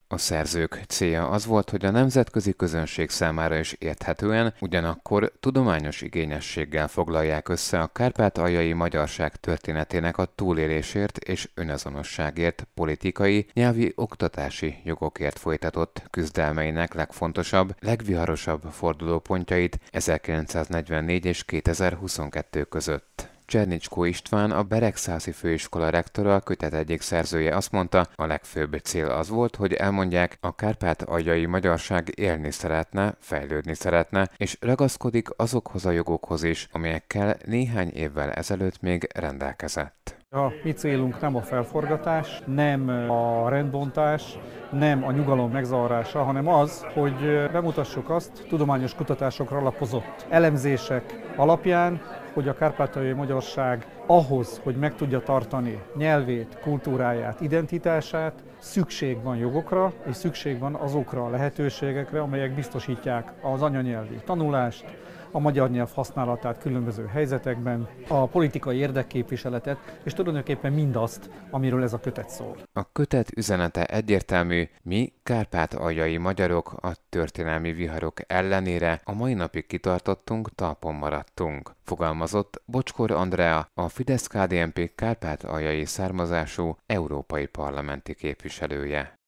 A szerzők célja az volt, hogy a nemzetközi közönség számára is érthetően, ugyanakkor tudományos igényességgel foglalják össze a kárpátaljai magyarság történetének a túlélésért és önazonosságért, politikai, nyelvi, oktatási jogokért folytatott küzdelmeinek legfontosabb, legviharosabb fordulópontjait 1944 és 2022 között. Csernicskó István, a Beregszászi Főiskola rektora, a kötet egyik szerzője azt mondta, a legfőbb cél az volt, hogy elmondják, a kárpátaljai magyarság élni szeretne, fejlődni szeretne, és ragaszkodik azokhoz a jogokhoz is, amelyekkel néhány évvel ezelőtt még rendelkezett. A mi célunk nem a felforgatás, nem a rendbontás, nem a nyugalom megzavarása, hanem az, hogy bemutassuk azt tudományos kutatásokra alapozott elemzések alapján, hogy a kárpátaljai magyarság ahhoz, hogy meg tudja tartani nyelvét, kultúráját, identitását, szükség van jogokra, és szükség van azokra a lehetőségekre, amelyek biztosítják az anyanyelvi tanulást, a magyar nyelv használatát különböző helyzetekben, a politikai érdekképviseletet, és tulajdonképpen mindazt, amiről ez a kötet szól. A kötet üzenete egyértelmű, mi kárpátaljai magyarok a történelmi viharok ellenére a mai napig kitartottunk, talpon maradtunk, fogalmazott Bocskor Andrea, a Fidesz-KDNP kárpátaljai származású európai parlamenti képviselője.